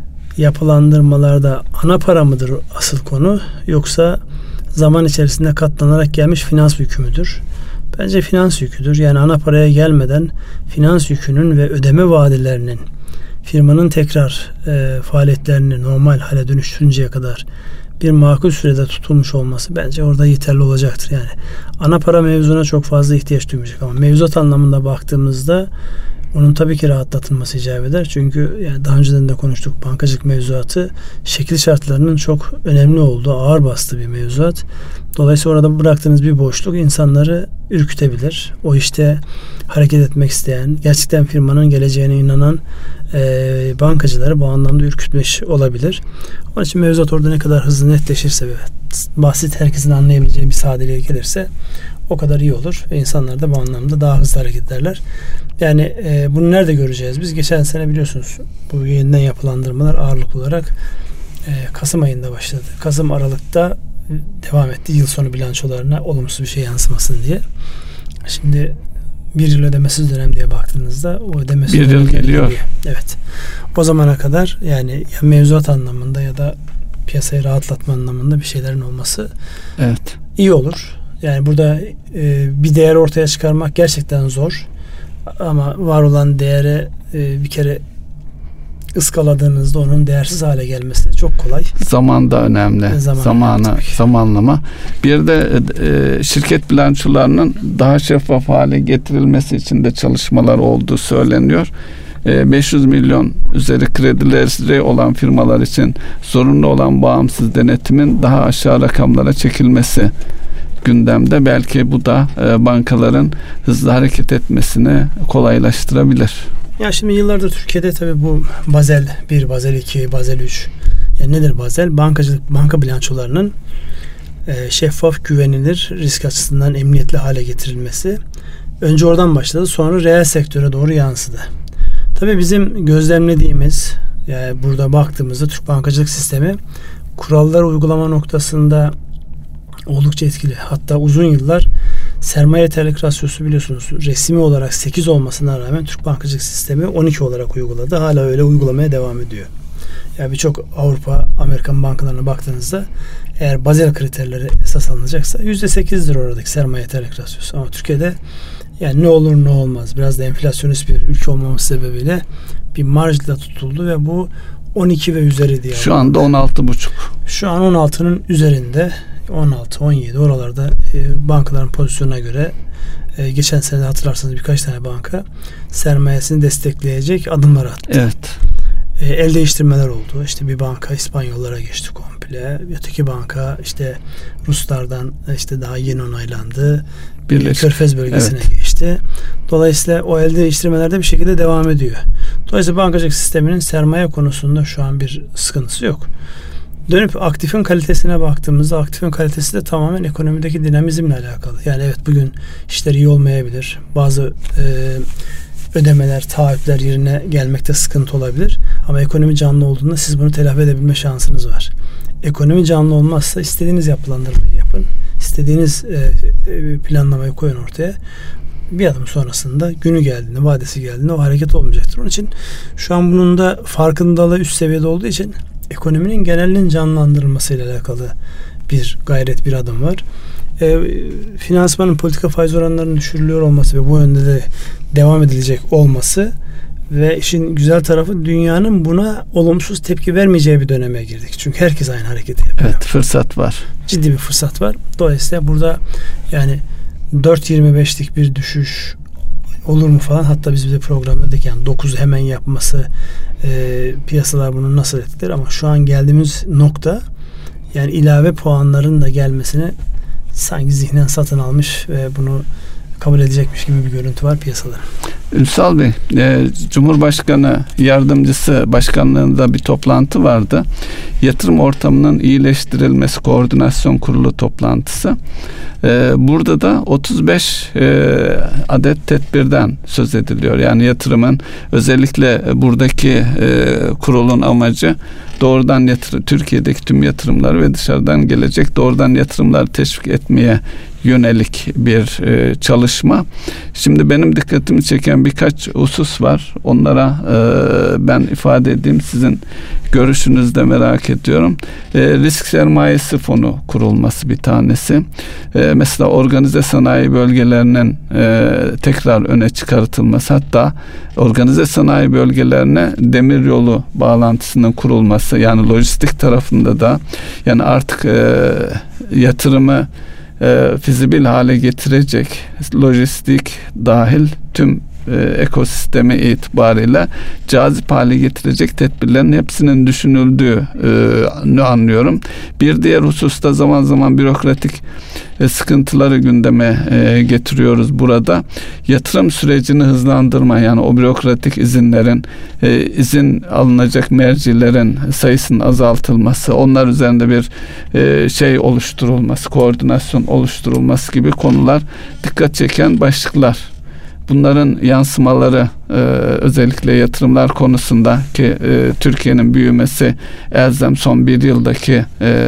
yapılandırmalarda ana para mıdır asıl konu, yoksa zaman içerisinde katlanarak gelmiş finans yükü müdür? Bence finans yüküdür. Yani ana paraya gelmeden finans yükünün ve ödeme vadelerinin firmanın tekrar faaliyetlerini normal hale dönüştürünceye kadar bir makul sürede tutulmuş olması bence orada yeterli olacaktır. Yani ana para mevzuna çok fazla ihtiyaç duymayacak, ama mevzuat anlamında baktığımızda onun tabii ki rahatlatılması icap eder. Çünkü yani daha önceden de konuştuk, bankacılık mevzuatı şekil şartlarının çok önemli olduğu, ağır bastığı bir mevzuat. Dolayısıyla orada bıraktığınız bir boşluk insanları ürkütebilir. O işte hareket etmek isteyen, gerçekten firmanın geleceğine inanan bankacıları bu anlamda ürkütmüş olabilir. Onun için mevzuat orada ne kadar hızlı netleşirse ve basit, herkesin anlayabileceği bir sadeliğe gelirse o kadar iyi olur ve insanlar da bu anlamda daha hızlı hareket ederler. Yani bunu nerede göreceğiz? Biz geçen sene biliyorsunuz bu yeniden yapılandırmalar ağırlıklı olarak Kasım ayında başladı. Kasım Aralık'ta devam etti, yıl sonu bilançolarına olumsuz bir şey yansımasın diye. Şimdi bir yıl ödemesiz dönem diye baktığınızda o ödemesiz bir yıl geliyor. Evet. O zamana kadar yani ya mevzuat anlamında ya da piyasayı rahatlatma anlamında bir şeylerin olması iyi olur. Yani burada bir değer ortaya çıkarmak gerçekten zor. Ama var olan değere bir kere ıskaladığınızda onun değersiz hale gelmesi çok kolay. Zaman da önemli. Zamanlama. Bir de şirket bilançolarının daha şeffaf hale getirilmesi için de çalışmalar olduğu söyleniyor. 500 milyon üzeri kredileri olan firmalar için zorunlu olan bağımsız denetimin daha aşağı rakamlara çekilmesi gündemde. Belki bu da bankaların hızlı hareket etmesini kolaylaştırabilir. Ya şimdi yıllardır Türkiye'de tabii bu Basel 1, Basel 2, Basel 3, yani nedir Basel? Banka bilançolarının şeffaf, güvenilir, risk açısından emniyetli hale getirilmesi. Önce oradan başladı, sonra reel sektöre doğru yansıdı. Tabii bizim gözlemlediğimiz, yani burada baktığımızda Türk bankacılık sistemi kurallar uygulama noktasında oldukça etkili. Hatta uzun yıllar sermaye yeterlilik rasyosu biliyorsunuz resmi olarak 8 olmasına rağmen Türk bankacılık sistemi 12 olarak uyguladı. Hala öyle uygulamaya devam ediyor. Yani birçok Avrupa, Amerikan bankalarına baktığınızda eğer Basel kriterleri esas alınacaksa %8'dir oradaki sermaye yeterlilik rasyosu. Ama Türkiye'de yani ne olur ne olmaz, biraz da enflasyonist bir ülke olmamız sebebiyle bir marjla tutuldu ve bu 12 ve üzeri diye. Şu anda 16,5. Şu an 16'nın üzerinde, 16, 17 oralarda bankaların pozisyonuna göre geçen sene hatırlarsanız birkaç tane banka sermayesini destekleyecek adımlar attı. Evet. El değiştirmeler oldu. İşte bir banka İspanyollara geçti komple. Öteki banka işte Ruslardan işte daha yeni onaylandı. Körfez bölgesine geçti. Dolayısıyla o el değiştirmelerde bir şekilde devam ediyor. Dolayısıyla bankacılık sisteminin sermaye konusunda şu an bir sıkıntısı yok. Dönüp aktifin kalitesine baktığımızda aktifin kalitesi de tamamen ekonomideki dinamizmle alakalı. Yani evet, bugün işler iyi olmayabilir. Bazı ödemeler, taahhütler yerine gelmekte sıkıntı olabilir. Ama ekonomi canlı olduğunda siz bunu telafi edebilme şansınız var. Ekonomi canlı olmazsa istediğiniz yapılandırmayı yapın. İstediğiniz planlamayı koyun ortaya. Bir adım sonrasında günü geldiğinde, vadesi geldiğinde o hareket olmayacaktır. Onun için şu an bunun da farkındalığı üst seviyede olduğu için ekonominin genelinin canlandırılmasıyla alakalı bir gayret, bir adım var. Finansmanın politika faiz oranlarının düşürülüyor olması ve bu yönde de devam edilecek olması ve işin güzel tarafı, dünyanın buna olumsuz tepki vermeyeceği bir döneme girdik. Çünkü herkes aynı hareketi yapıyor. Evet, fırsat var. Ciddi bir fırsat var. Dolayısıyla burada yani 4.25'lik bir düşüş olur mu falan, hatta biz bir de programda dedik yani 9 hemen yapması, piyasalar bunu nasıl etkiler, ama şu an geldiğimiz nokta yani ilave puanların da gelmesini sanki zihnen satın almış ve bunu kabul edecekmiş gibi bir görüntü var piyasaların. Ünsal Bey, Cumhurbaşkanı Yardımcısı Başkanlığında bir toplantı vardı. Yatırım ortamının iyileştirilmesi koordinasyon kurulu toplantısı. Burada da 35 adet tedbirden söz ediliyor. Yani yatırımın, özellikle buradaki kurulun amacı doğrudan Türkiye'deki tüm yatırımları ve dışarıdan gelecek doğrudan yatırımları teşvik etmeye yönelik bir çalışma. Şimdi benim dikkatimi çeken birkaç husus var. Onlara ben ifade edeyim. Sizin görüşünüzü de merak ediyorum. Risk sermayesi fonu kurulması bir tanesi. Mesela organize sanayi bölgelerinin tekrar öne çıkartılması, hatta organize sanayi bölgelerine demiryolu bağlantısının kurulması, yani lojistik tarafında da yani artık yatırımı fizibil hale getirecek, lojistik dahil tüm ekosistemi itibariyle cazip hale getirecek tedbirlerin hepsinin düşünüldüğünü anlıyorum. Bir diğer hususta zaman zaman bürokratik sıkıntıları gündeme getiriyoruz burada. Yatırım sürecini hızlandırma, yani o bürokratik izinlerin, izin alınacak mercilerin sayısının azaltılması, onlar üzerinde bir şey oluşturulması, koordinasyon oluşturulması gibi konular dikkat çeken başlıklar. Bunların yansımaları özellikle yatırımlar konusunda ki Türkiye'nin büyümesi elzem son bir yıldaki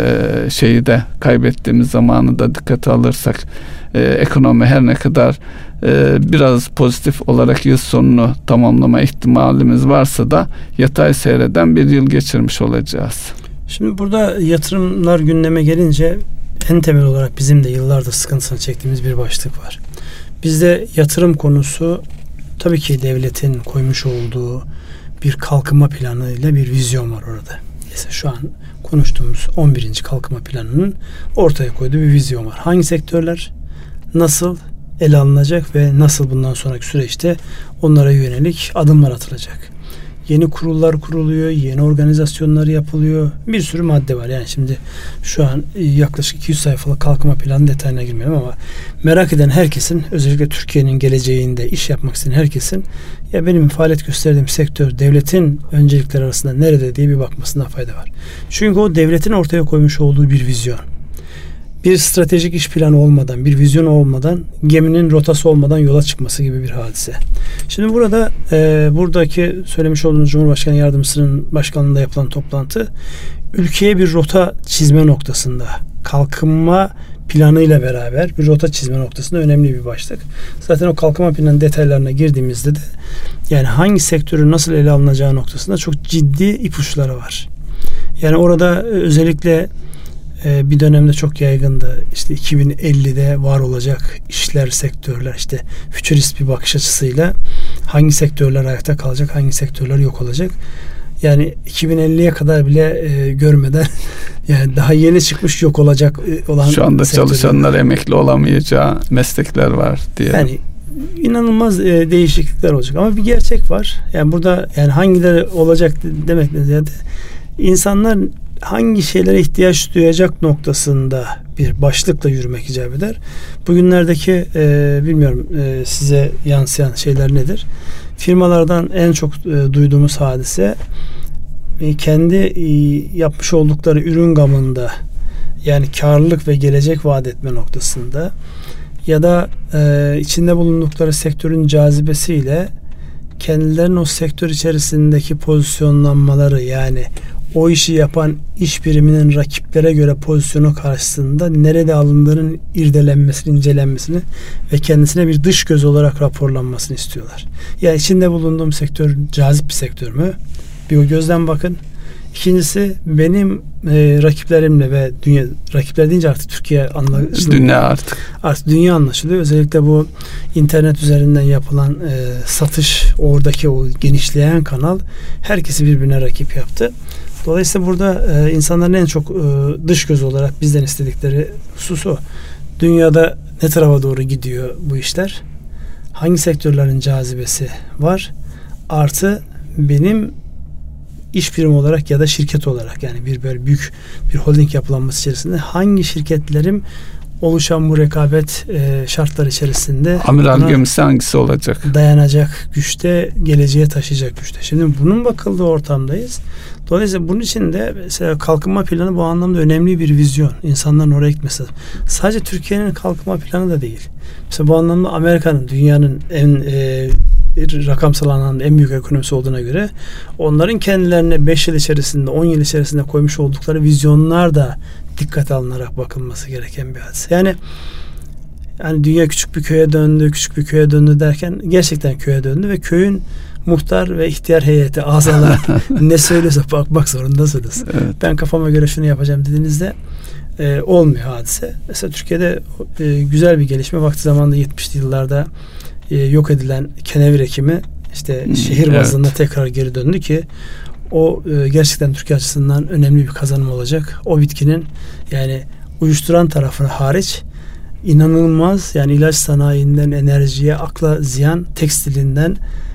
şeyi de kaybettiğimiz zamanı da dikkate alırsak ekonomi her ne kadar biraz pozitif olarak yıl sonunu tamamlama ihtimalimiz varsa da yatay seyreden bir yıl geçirmiş olacağız. Şimdi burada yatırımlar gündeme gelince en temel olarak bizim de yıllardır sıkıntısını çektiğimiz bir başlık var. Bizde yatırım konusu tabii ki devletin koymuş olduğu bir kalkınma planı ile bir vizyon var orada. Mesela şu an konuştuğumuz 11. kalkınma planının ortaya koyduğu bir vizyon var. Hangi sektörler nasıl ele alınacak ve nasıl bundan sonraki süreçte onlara yönelik adımlar atılacak. Yeni kurullar kuruluyor, yeni organizasyonlar yapılıyor. Bir sürü madde var. Yani şimdi şu an yaklaşık 200 sayfalık kalkınma planı detayına girmiyorum ama merak eden herkesin, özellikle Türkiye'nin geleceğinde iş yapmak isteyen herkesin, ya benim faaliyet gösterdiğim sektör devletin öncelikleri arasında nerede diye bir bakmasına fayda var. Çünkü o devletin ortaya koymuş olduğu bir vizyon. Bir stratejik iş planı olmadan, bir vizyon olmadan, geminin rotası olmadan yola çıkması gibi bir hadise. Şimdi burada buradaki söylemiş olduğunuz Cumhurbaşkanı Yardımcısının başkanlığında yapılan toplantı, ülkeye bir rota çizme noktasında, kalkınma planıyla beraber bir rota çizme noktasında önemli bir başlık. Zaten o kalkınma planının detaylarına girdiğimizde de yani hangi sektörün nasıl ele alınacağı noktasında çok ciddi ipuçları var. Yani orada özellikle bir dönemde çok yaygındı. İşte 2050'de var olacak işler, sektörler, işte fütürist bir bakış açısıyla hangi sektörler ayakta kalacak, hangi sektörler yok olacak. Yani 2050'ye kadar bile görmeden yani daha yeni çıkmış yok olacak olan şu anda çalışanlar emekli olamayacağı meslekler var diye. Yani inanılmaz değişiklikler olacak ama bir gerçek var. Yani burada yani hangileri olacak demekle ziyade insanlar hangi şeylere ihtiyaç duyacak noktasında bir başlıkla yürümek icap eder. Bugünlerdeki bilmiyorum size yansıyan şeyler nedir? Firmalardan en çok duyduğumuz hadise kendi yapmış oldukları ürün gamında, yani karlılık ve gelecek vaat etme noktasında ya da içinde bulundukları sektörün cazibesiyle kendilerinin o sektör içerisindeki pozisyonlanmaları, yani o işi yapan iş biriminin rakiplere göre pozisyonu karşısında nerede alındığının irdelenmesini, incelenmesini ve kendisine bir dış göz olarak raporlanmasını istiyorlar. Yani içinde bulunduğum sektör cazip bir sektör mü? Bir o gözden bakın. İkincisi, benim rakiplerimle ve dünya, rakipler deyince artık Türkiye anlaşılıyor. Dünya artık. Artık dünya anlaşılıyor. Özellikle bu internet üzerinden yapılan satış, oradaki o genişleyen kanal herkesi birbirine rakip yaptı. Dolayısıyla burada insanların en çok dış göz olarak bizden istedikleri husus o. Dünyada ne tarafa doğru gidiyor bu işler? Hangi sektörlerin cazibesi var? Artı benim iş birimi olarak ya da şirket olarak, yani bir böyle büyük bir holding yapılanması içerisinde hangi şirketlerim oluşan bu rekabet şartları içerisinde amiral gemisi hangisi olacak? Dayanacak güçte, geleceğe taşıyacak güçte. Şimdi bunun bakıldığı ortamdayız. Dolayısıyla bunun için de mesela kalkınma planı bu anlamda önemli bir vizyon. İnsanların oraya gitmesi. Sadece Türkiye'nin kalkınma planı da değil. Mesela bu anlamda Amerika'nın, dünyanın en rakamsal anlamda en büyük ekonomisi olduğuna göre onların kendilerine 5 yıl içerisinde, 10 yıl içerisinde koymuş oldukları vizyonlar da dikkate alınarak bakılması gereken bir hadise. Yani dünya küçük bir köye döndü, küçük bir köye döndü derken gerçekten köye döndü ve köyün muhtar ve ihtiyar heyeti, azalar ne söylüyorsa bakmak zorundasınız. Evet. Ben kafama göre şunu yapacağım dediğinizde olmuyor hadise. Mesela Türkiye'de güzel bir gelişme, vakti zamanında 70'li yıllarda yok edilen kenevir ekimi işte şehir bazında tekrar geri döndü ki o gerçekten Türkiye açısından önemli bir kazanım olacak. O bitkinin yani uyuşturan tarafını hariç inanılmaz, yani ilaç sanayinden enerjiye, akla ziyan, tekstilinden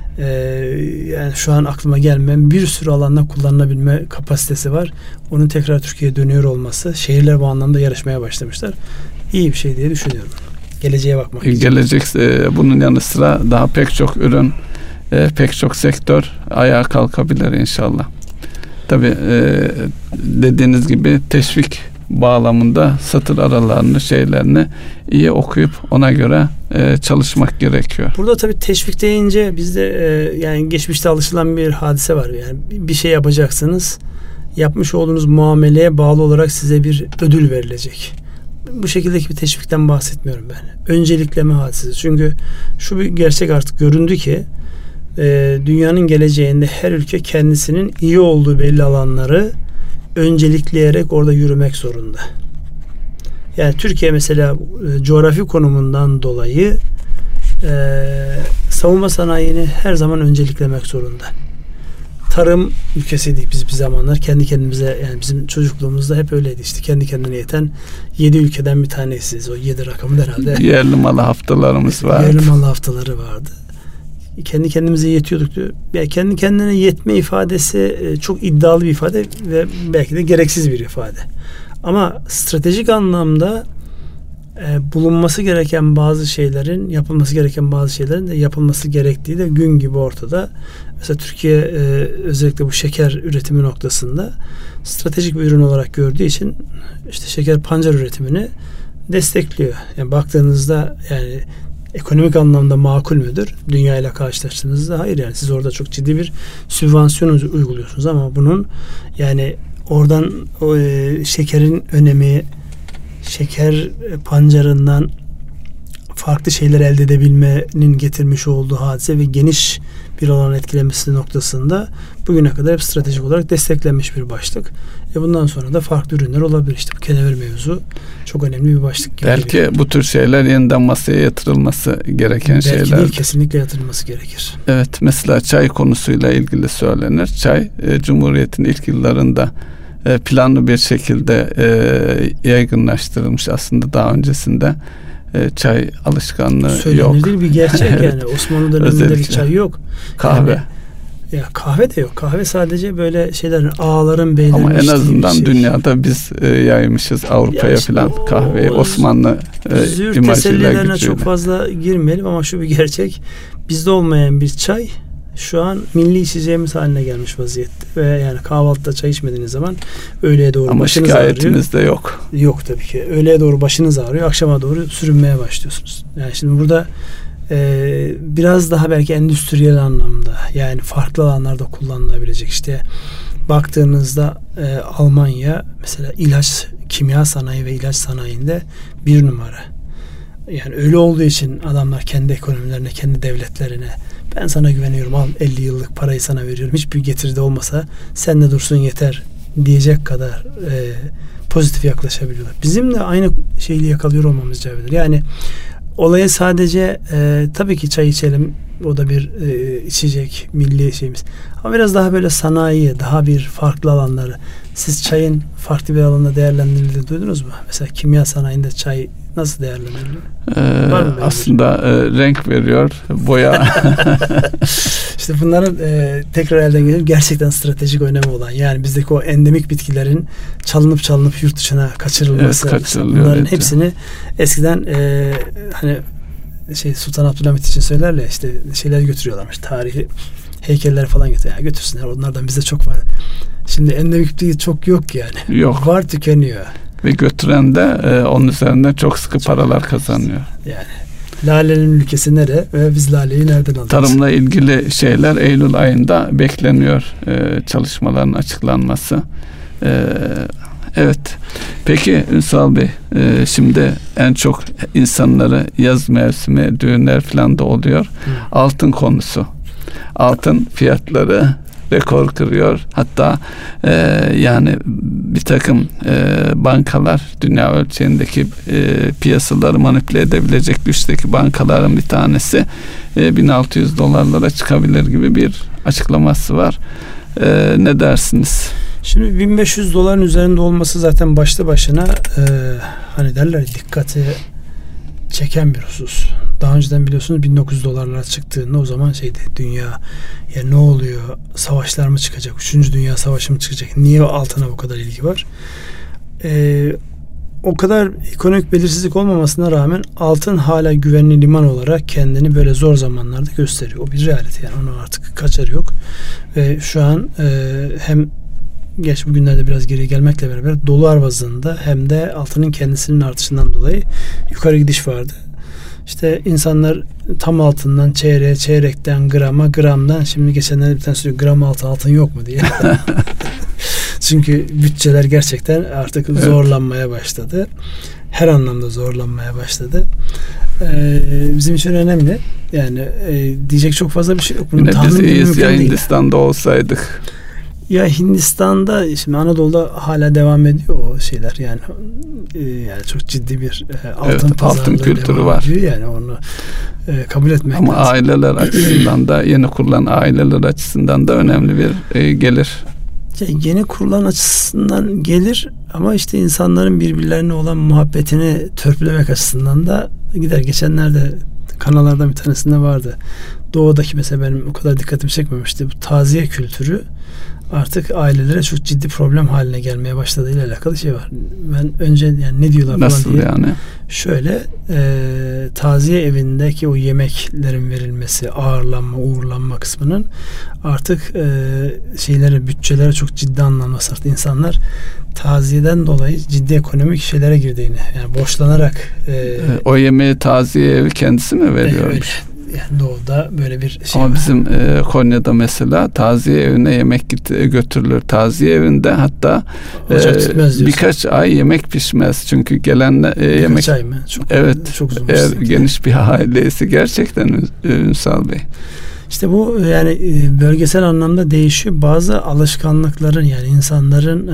yani şu an aklıma gelmeyen bir sürü alanda kullanılabilme kapasitesi var. Onun tekrar Türkiye'ye dönüyor olması, şehirler bu anlamda yarışmaya başlamışlar. İyi bir şey diye düşünüyorum. Geleceğe bakmak için. Gelecek, bunun yanı sıra daha pek çok ürün, pek çok sektör ayağa kalkabilir inşallah. Tabii dediğiniz gibi teşvik bağlamında satır aralarını, şeylerini iyi okuyup ona göre çalışmak gerekiyor. Burada tabii teşvik deyince bizde yani geçmişte alışılan bir hadise var. Yani bir şey yapacaksınız, yapmış olduğunuz muameleye bağlı olarak size bir ödül verilecek. Bu şekildeki bir teşvikten bahsetmiyorum ben. Öncelikleme hadisesi. Çünkü şu bir gerçek artık göründü ki dünyanın geleceğinde her ülke kendisinin iyi olduğu belli alanları öncelikleyerek orada yürümek zorunda. Yani Türkiye mesela coğrafi konumundan dolayı savunma sanayini her zaman önceliklemek zorunda. Tarım ülkesiydik biz bir zamanlar. Kendi kendimize, yani bizim çocukluğumuzda hep öyleydi işte. Kendi kendine yeten 7 ülkeden bir tanesiyiz. O 7 rakamı herhalde. Yerli malı haftalarımız vardı. Yerli malı haftaları vardı. Kendi kendimize yetiyorduk diyor. Yani kendi kendine yetme ifadesi çok iddialı bir ifade ve belki de gereksiz bir ifade. Ama stratejik anlamda bulunması gereken bazı şeylerin, yapılması gereken bazı şeylerin de yapılması gerektiği de gün gibi ortada. Mesela Türkiye özellikle bu şeker üretimi noktasında stratejik bir ürün olarak gördüğü için işte şeker pancar üretimini destekliyor. Yani baktığınızda yani ekonomik anlamda makul müdür? Dünya ile karşılaştığınızda hayır, yani siz orada çok ciddi bir sübvansiyon uyguluyorsunuz ama bunun yani oradan şekerin önemi, şeker pancarından farklı şeyler elde edebilmenin getirmiş olduğu hadise ve geniş bir alan etkilemesi noktasında bugüne kadar hep stratejik olarak desteklenmiş bir başlık. Bundan sonra da farklı ürünler olabilir. İşte bu kenevir mevzu çok önemli bir başlık gibi. Belki bu tür şeyler yeniden masaya yatırılması gereken şeyler. Belki değil, kesinlikle yatırılması gerekir. Evet, mesela çay konusuyla ilgili söylenir. Çay Cumhuriyet'in ilk yıllarında planlı bir şekilde yaygınlaştırılmış, aslında daha öncesinde çay alışkanlığı yok. Söylenir bir gerçek yani. Osmanlı döneminde bir çay yok. Kahve. Yani, ya kahve de yok. Kahve sadece böyle şeylerin, ağaların, beylerin. Ama en azından dünyada biz yaymışız Avrupa'ya falan kahveyi. Osmanlı imajıyla gidiyor. Çok fazla girmeyelim ama şu bir gerçek. Bizde olmayan bir çay şu an milli içeceğimiz haline gelmiş vaziyette. Ve yani kahvaltıda çay içmediğiniz zaman öğleye doğru ama başınız ağrıyor. Ama şikayetimiz de yok. Yok tabii ki. Öğleye doğru başınız ağrıyor. Akşama doğru sürünmeye başlıyorsunuz. Yani şimdi burada biraz daha belki endüstriyel anlamda, yani farklı alanlarda kullanılabilecek, işte baktığınızda Almanya mesela ilaç, kimya sanayi ve ilaç sanayinde bir numara. Yani öyle olduğu için adamlar kendi ekonomilerine, kendi devletlerine, ben sana güveniyorum, al 50 yıllık parayı sana veriyorum, hiçbir getiride olmasa sen de dursun yeter diyecek kadar pozitif yaklaşabiliyorlar. Bizim de aynı şeyi yakalıyor olmamız icap eder. Yani olaya sadece tabii ki çay içelim, o da bir içecek, milli şeyimiz. Ama biraz daha böyle sanayi, daha bir farklı alanları. Siz çayın farklı bir alanda değerlendirildiğini duydunuz mu? Mesela kimya sanayinde çay nasıl değerlendiriliyor? Aslında renk veriyor, boya. İşte bunların tekrar elden gelip gerçekten stratejik önemi olan, yani bizdeki o endemik bitkilerin çalınıp yurt dışına kaçırılması. Evet, bunların hepsini eskiden hani Sultan Abdülhamit için söylerler, işte şeyler götürüyorlarmış, tarihi heykeller falan götürsünler. Onlardan bizde çok var. Şimdi endemik bitki çok yok yani. Yok. Var, tükeniyor. Ve götüren de onun üzerinden çok sıkı paralar kazanıyor. Yani lalenin ülkesi nere ve biz laleyi nereden alıyoruz? Tarımla ilgili şeyler Eylül ayında bekleniyor, çalışmaların açıklanması. Evet. Peki Ünsal Bey, şimdi en çok insanları yaz mevsimi, düğünler falan da oluyor. Altın konusu. Altın fiyatları rekor kırıyor. Hatta yani bir takım bankalar, dünya ölçeğindeki piyasaları manipüle edebilecek güçteki bankaların bir tanesi $1.600 çıkabilir gibi bir açıklaması var. Ne dersiniz? Şimdi $1.500 üzerinde olması zaten başlı başına hani derler, dikkati çeken bir husus. Daha önceden biliyorsunuz $1.900 çıktığında o zaman dünya, ya ne oluyor? Savaşlar mı çıkacak? 3. Dünya Savaşı mı çıkacak? Niye altına bu kadar ilgi var? O kadar ekonomik belirsizlik olmamasına rağmen altın hala güvenli liman olarak kendini böyle zor zamanlarda gösteriyor. O bir realite, yani onun artık kaçarı yok. Ve şu an hem geç bugünlerde biraz geriye gelmekle beraber dolar bazında hem de altının kendisinin artışından dolayı yukarı gidiş vardı. İşte insanlar tam altından çeyreğe, çeyrekten grama, gramdan, şimdi geçenlerde bir tane söylüyor, gram altın yok mu diye. Çünkü bütçeler gerçekten artık zorlanmaya başladı. Her anlamda zorlanmaya başladı. Bizim için önemli. Yani diyecek çok fazla bir şey yok. Yine biz iyiyiz ya Hindistan'da olsaydık. Ya Hindistan'da, şimdi Anadolu'da hala devam ediyor o şeyler, yani çok ciddi bir altın kültürü var. Yani onu kabul etmek ama lazım. Aileler açısından da, yeni kurulan aileler açısından da önemli bir gelir. Yeni kurulan açısından gelir, ama işte insanların birbirlerine olan muhabbetini törpülemek açısından da gider. Geçenlerde kanallardan bir tanesinde vardı. Doğudaki mesela benim o kadar dikkatimi çekmemişti. Bu taziye kültürü artık ailelere çok ciddi problem haline gelmeye başladığıyla alakalı şey var. Ben önce yani ne diyorlar nasıl falan diye. Yani? Şöyle taziye evindeki o yemeklerin verilmesi, ağırlanma, uğurlanma kısmının artık bütçelere çok ciddi anlamda sarktı. İnsanlar taziyeden dolayı ciddi ekonomik şeylere girdiğini, yani borçlanarak o yemeği taziye evi kendisi mi veriyormuş? Yani doğuda böyle bir şey ama var. Bizim Konya'da mesela taziye evine yemek götürülür. Taziye evinde hatta birkaç ay yemek pişmez. Çünkü gelen yemek... ay mı? Çok uzun. Eğer geniş bir ailesi gerçekten Ünsal Bey. İşte bu yani bölgesel anlamda değişiyor. Bazı alışkanlıkların, yani insanların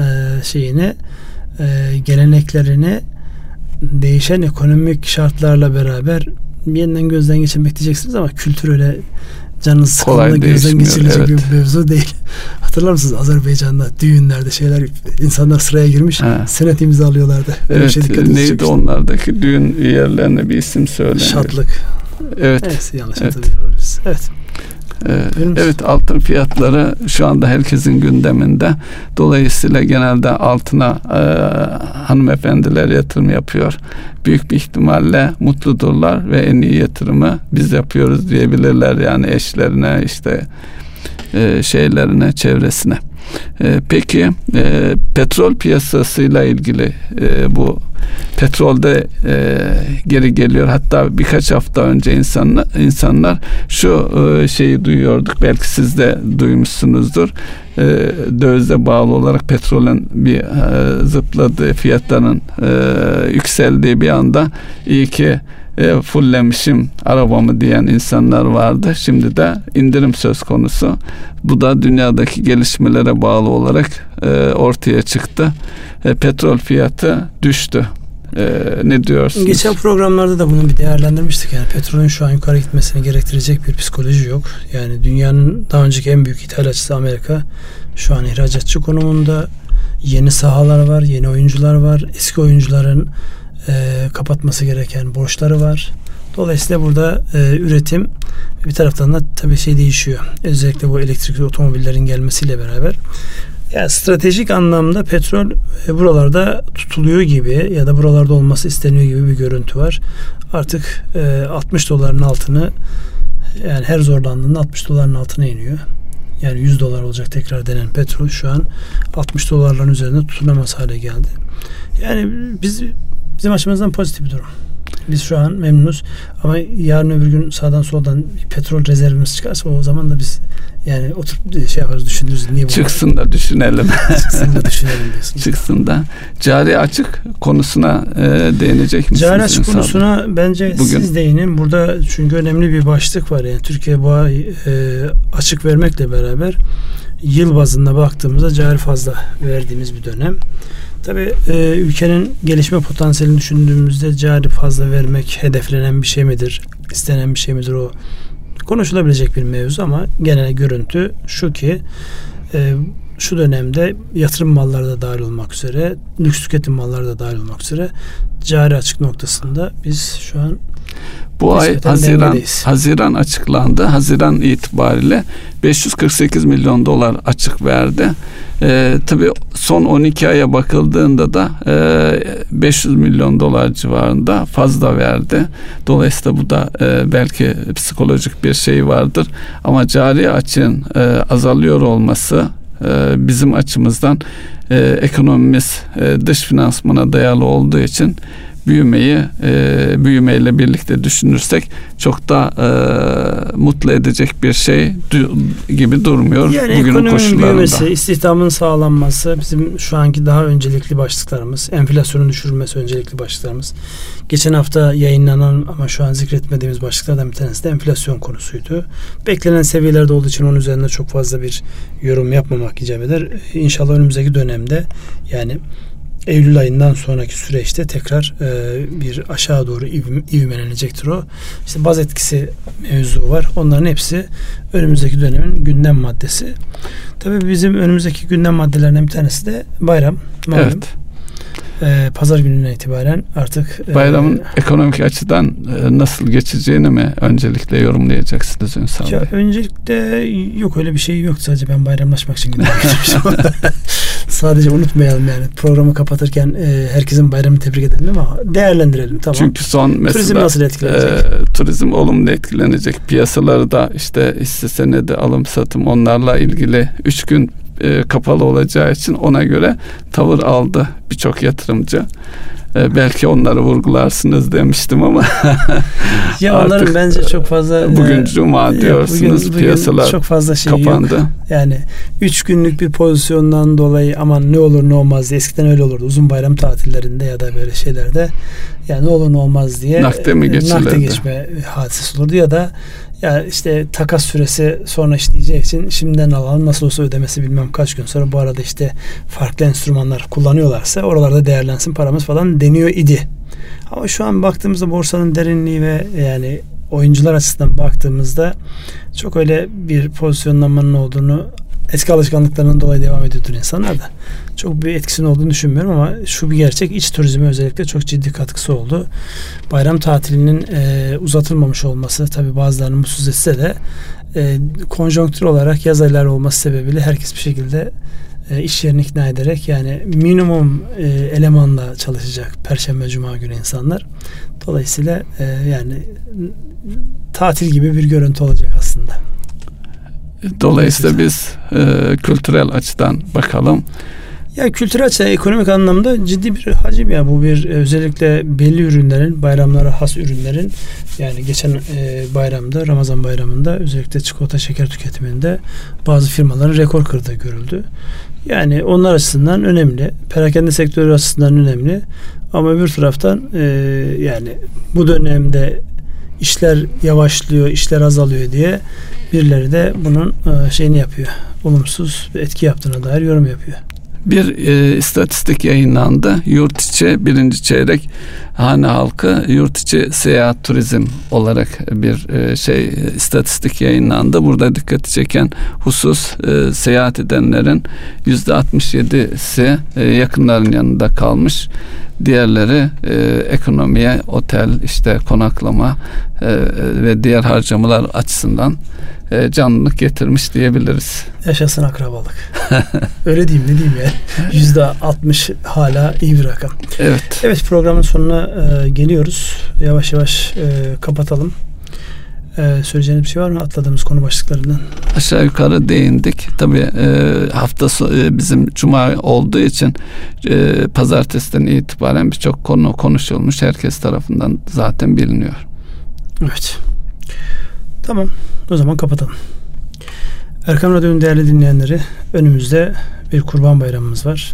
geleneklerini değişen ekonomik şartlarla beraber bir yeniden gözden geçirmek diyeceksiniz, ama kültür öyle canınız sıkıldığında gözden geçirilecek bir mevzu değil. Hatırlar mısınız Azerbaycan'da düğünlerde insanlar sıraya girmiş, senet imzalıyorlardı. Evet, neydi onlardaki düğün yerlerine bir isim söyleniyor. Şatlık. Evet. Yanlış hatırlıyoruz. Evet. Evet, altın fiyatları şu anda herkesin gündeminde. Dolayısıyla genelde altına hanımefendiler yatırım yapıyor. Büyük bir ihtimalle mutludurlar ve en iyi yatırımı biz yapıyoruz diyebilirler, yani eşlerine, işte şeylerine, çevresine. Peki petrol piyasasıyla ilgili bu petrolde geri geliyor. Hatta birkaç hafta önce insanlar şu şeyi duyuyorduk. Belki siz de duymuşsunuzdur. Dövize bağlı olarak petrolün bir zıpladığı, fiyatların yükseldiği bir anda iyi ki fullemişim arabamı diyen insanlar vardı. Şimdi de indirim söz konusu. Bu da dünyadaki gelişmelere bağlı olarak ortaya çıktı. Petrol fiyatı düştü. Ne diyorsunuz? Geçen programlarda da bunu bir değerlendirmiştik. Yani petrolün şu an yukarı gitmesini gerektirecek bir psikoloji yok. Yani dünyanın daha önceki en büyük ithalatçısı Amerika şu an ihracatçı konumunda. Yeni sahalar var, yeni oyuncular var. Eski oyuncuların kapatması gereken borçları var. Dolayısıyla burada üretim bir taraftan da tabii şey değişiyor. Özellikle bu elektrikli otomobillerin gelmesiyle beraber. Yani stratejik anlamda petrol buralarda tutuluyor gibi ya da buralarda olması isteniyor gibi bir görüntü var. Artık 60 doların altını, yani her zorlandığında 60 doların altına iniyor. Yani 100 dolar olacak tekrar denen petrol şu an 60 dolarların üzerinde tutunamaz hale geldi. Yani bizim açımızdan pozitif bir durum. Biz şu an memnunuz ama yarın öbür gün sağdan soldan bir petrol rezervimiz çıkarsa o zaman da biz yani oturup şey yaparız, düşünürüz. Niye çıksın da düşünelim. Çıksın da düşünelim diyorsun. Çıksın da. Cari açık konusuna değinecek misiniz? Cari açık konusuna bence bugün siz değinin. Burada çünkü önemli bir başlık var. Yani Türkiye bu ay açık vermekle beraber yıl bazında baktığımızda cari fazla verdiğimiz bir dönem. Tabii ülkenin gelişme potansiyelini düşündüğümüzde cari fazla vermek hedeflenen bir şey midir? İstenen bir şey midir? O konuşulabilecek bir mevzu ama genel görüntü şu ki şu dönemde yatırım malları da dahil olmak üzere, lüks tüketim malları da dahil olmak üzere cari açık noktasında biz şu an bu ay Haziran açıklandı. Haziran itibariyle 548 milyon dolar açık verdi. Tabii son 12 aya bakıldığında da 500 milyon dolar civarında fazla verdi. Dolayısıyla bu da belki psikolojik bir şey vardır. Ama cari açığın azalıyor olması bizim açımızdan ekonomimiz dış finansmana dayalı olduğu için büyümeyle birlikte düşünürsek çok da mutlu edecek bir şey gibi durmuyor. Yani ekonominin büyümesi, istihdamın sağlanması bizim şu anki daha öncelikli başlıklarımız. Enflasyonun düşürülmesi öncelikli başlıklarımız. Geçen hafta yayınlanan ama şu an zikretmediğimiz başlıklardan bir tanesi de enflasyon konusuydu. Beklenen seviyelerde olduğu için onun üzerinde çok fazla bir yorum yapmamak icap eder. İnşallah önümüzdeki dönemde, yani Eylül ayından sonraki süreçte tekrar bir aşağı doğru ivmelenecektir o. İşte baz etkisi mevzu var. Onların hepsi önümüzdeki dönemin gündem maddesi. Tabii bizim önümüzdeki gündem maddelerinden bir tanesi de bayram. Malum. Evet. Pazar gününden itibaren artık bayramın ekonomik açıdan nasıl geçeceğini mi öncelikle yorumlayacaksınız Ünsal Bey? Öncelikle yok, öyle bir şey yok. Sadece ben bayramlaşmak için gitmişim. Sadece unutmayalım, yani programı kapatırken herkesin bayramını tebrik edelim ama değerlendirelim. Tamam. Çünkü son mesela turizm nasıl etkilenecek? Turizm olumlu etkilenecek. Piyasaları da işte hisse senedi, alım satım, onlarla ilgili 3 gün kapalı olacağı için ona göre tavır aldı birçok yatırımcı. Belki onları vurgularsınız demiştim ama ya onların bence çok fazla bugün cuma diyorsunuz, bugün piyasalar çok fazla şey kapandı. Yok. Yani 3 günlük bir pozisyondan dolayı aman ne olur ne olmaz diye, eskiden öyle olurdu. Uzun bayram tatillerinde ya da böyle şeylerde ya ne olur ne olmaz diye nakde geçme hadisesi olurdu ya da ya işte takas süresi sonra işleyeceği için şimdiden alalım, nasıl olsa ödemesi bilmem kaç gün sonra, bu arada işte farklı enstrümanlar kullanıyorlarsa oralarda değerlensin paramız falan deniyor idi. Ama şu an baktığımızda borsanın derinliği ve yani oyuncular açısından baktığımızda çok öyle bir pozisyonlanmanın olduğunu eski alışkanlıklarından dolayı devam ediyordur insanlar da. Çok bir etkisinin olduğunu düşünmüyorum ama şu bir gerçek, iç turizme özellikle çok ciddi katkısı oldu. Bayram tatilinin uzatılmamış olması tabii bazılarını mutsuz etse de konjonktür olarak yaz ayları olması sebebiyle herkes bir şekilde iş yerini ikna ederek, yani minimum elemanla çalışacak Perşembe Cuma günü insanlar. Dolayısıyla yani tatil gibi bir görüntü olacak aslında. Dolayısıyla biz kültürel açıdan bakalım. Ya kültürel açıdan, ekonomik anlamda ciddi bir hacim ya. Bu bir özellikle belli ürünlerin, bayramlara has ürünlerin, yani geçen bayramda, Ramazan bayramında özellikle çikolata, şeker tüketiminde bazı firmaların rekor kırdığı görüldü. Yani onlar açısından önemli. Perakende sektörü açısından önemli. Ama öbür taraftan yani bu dönemde işler yavaşlıyor, işler azalıyor diye birileri de bunun şeyini yapıyor. Olumsuz bir etki yaptığına dair yorum yapıyor. Bir istatistik yayınlandı. Yurt içi birinci çeyrek hane halkı yurt içi seyahat turizm olarak bir istatistik yayınlandı. Burada dikkati çeken husus seyahat edenlerin %67'si yakınların yanında kalmış. Diğerleri ekonomiye, otel, işte konaklama ve diğer harcamalar açısından canlılık getirmiş diyebiliriz. Yaşasın akrabalık. Öyle diyeyim, ne diyeyim yani. %60 hala iyi bir rakam. Evet. Evet, programın sonuna geliyoruz. Yavaş yavaş kapatalım. Söyleyeceğiniz bir şey var mı atladığımız konu başlıklarından? Aşağı yukarı değindik. Tabii hafta bizim cuma olduğu için pazartesiden itibaren birçok konu konuşulmuş. Herkes tarafından zaten biliniyor. Evet. Tamam. O zaman kapatalım. Erkam Radyo'nun değerli dinleyenleri, önümüzde bir Kurban Bayramımız var.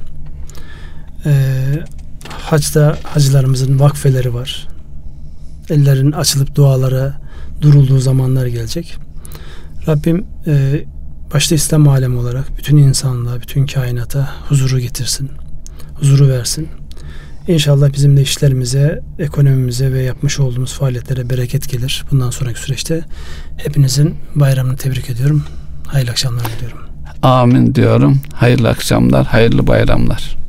Hacda hacılarımızın vakfeleri var. Ellerin açılıp dualara durulduğu zamanlar gelecek. Rabbim başta İslam alemi olarak bütün insanlığa, bütün kainata huzuru getirsin. Huzuru versin. İnşallah bizim de işlerimize, ekonomimize ve yapmış olduğumuz faaliyetlere bereket gelir. Bundan sonraki süreçte hepinizin bayramını tebrik ediyorum. Hayırlı akşamlar diliyorum. Amin diyorum. Hayırlı akşamlar, hayırlı bayramlar.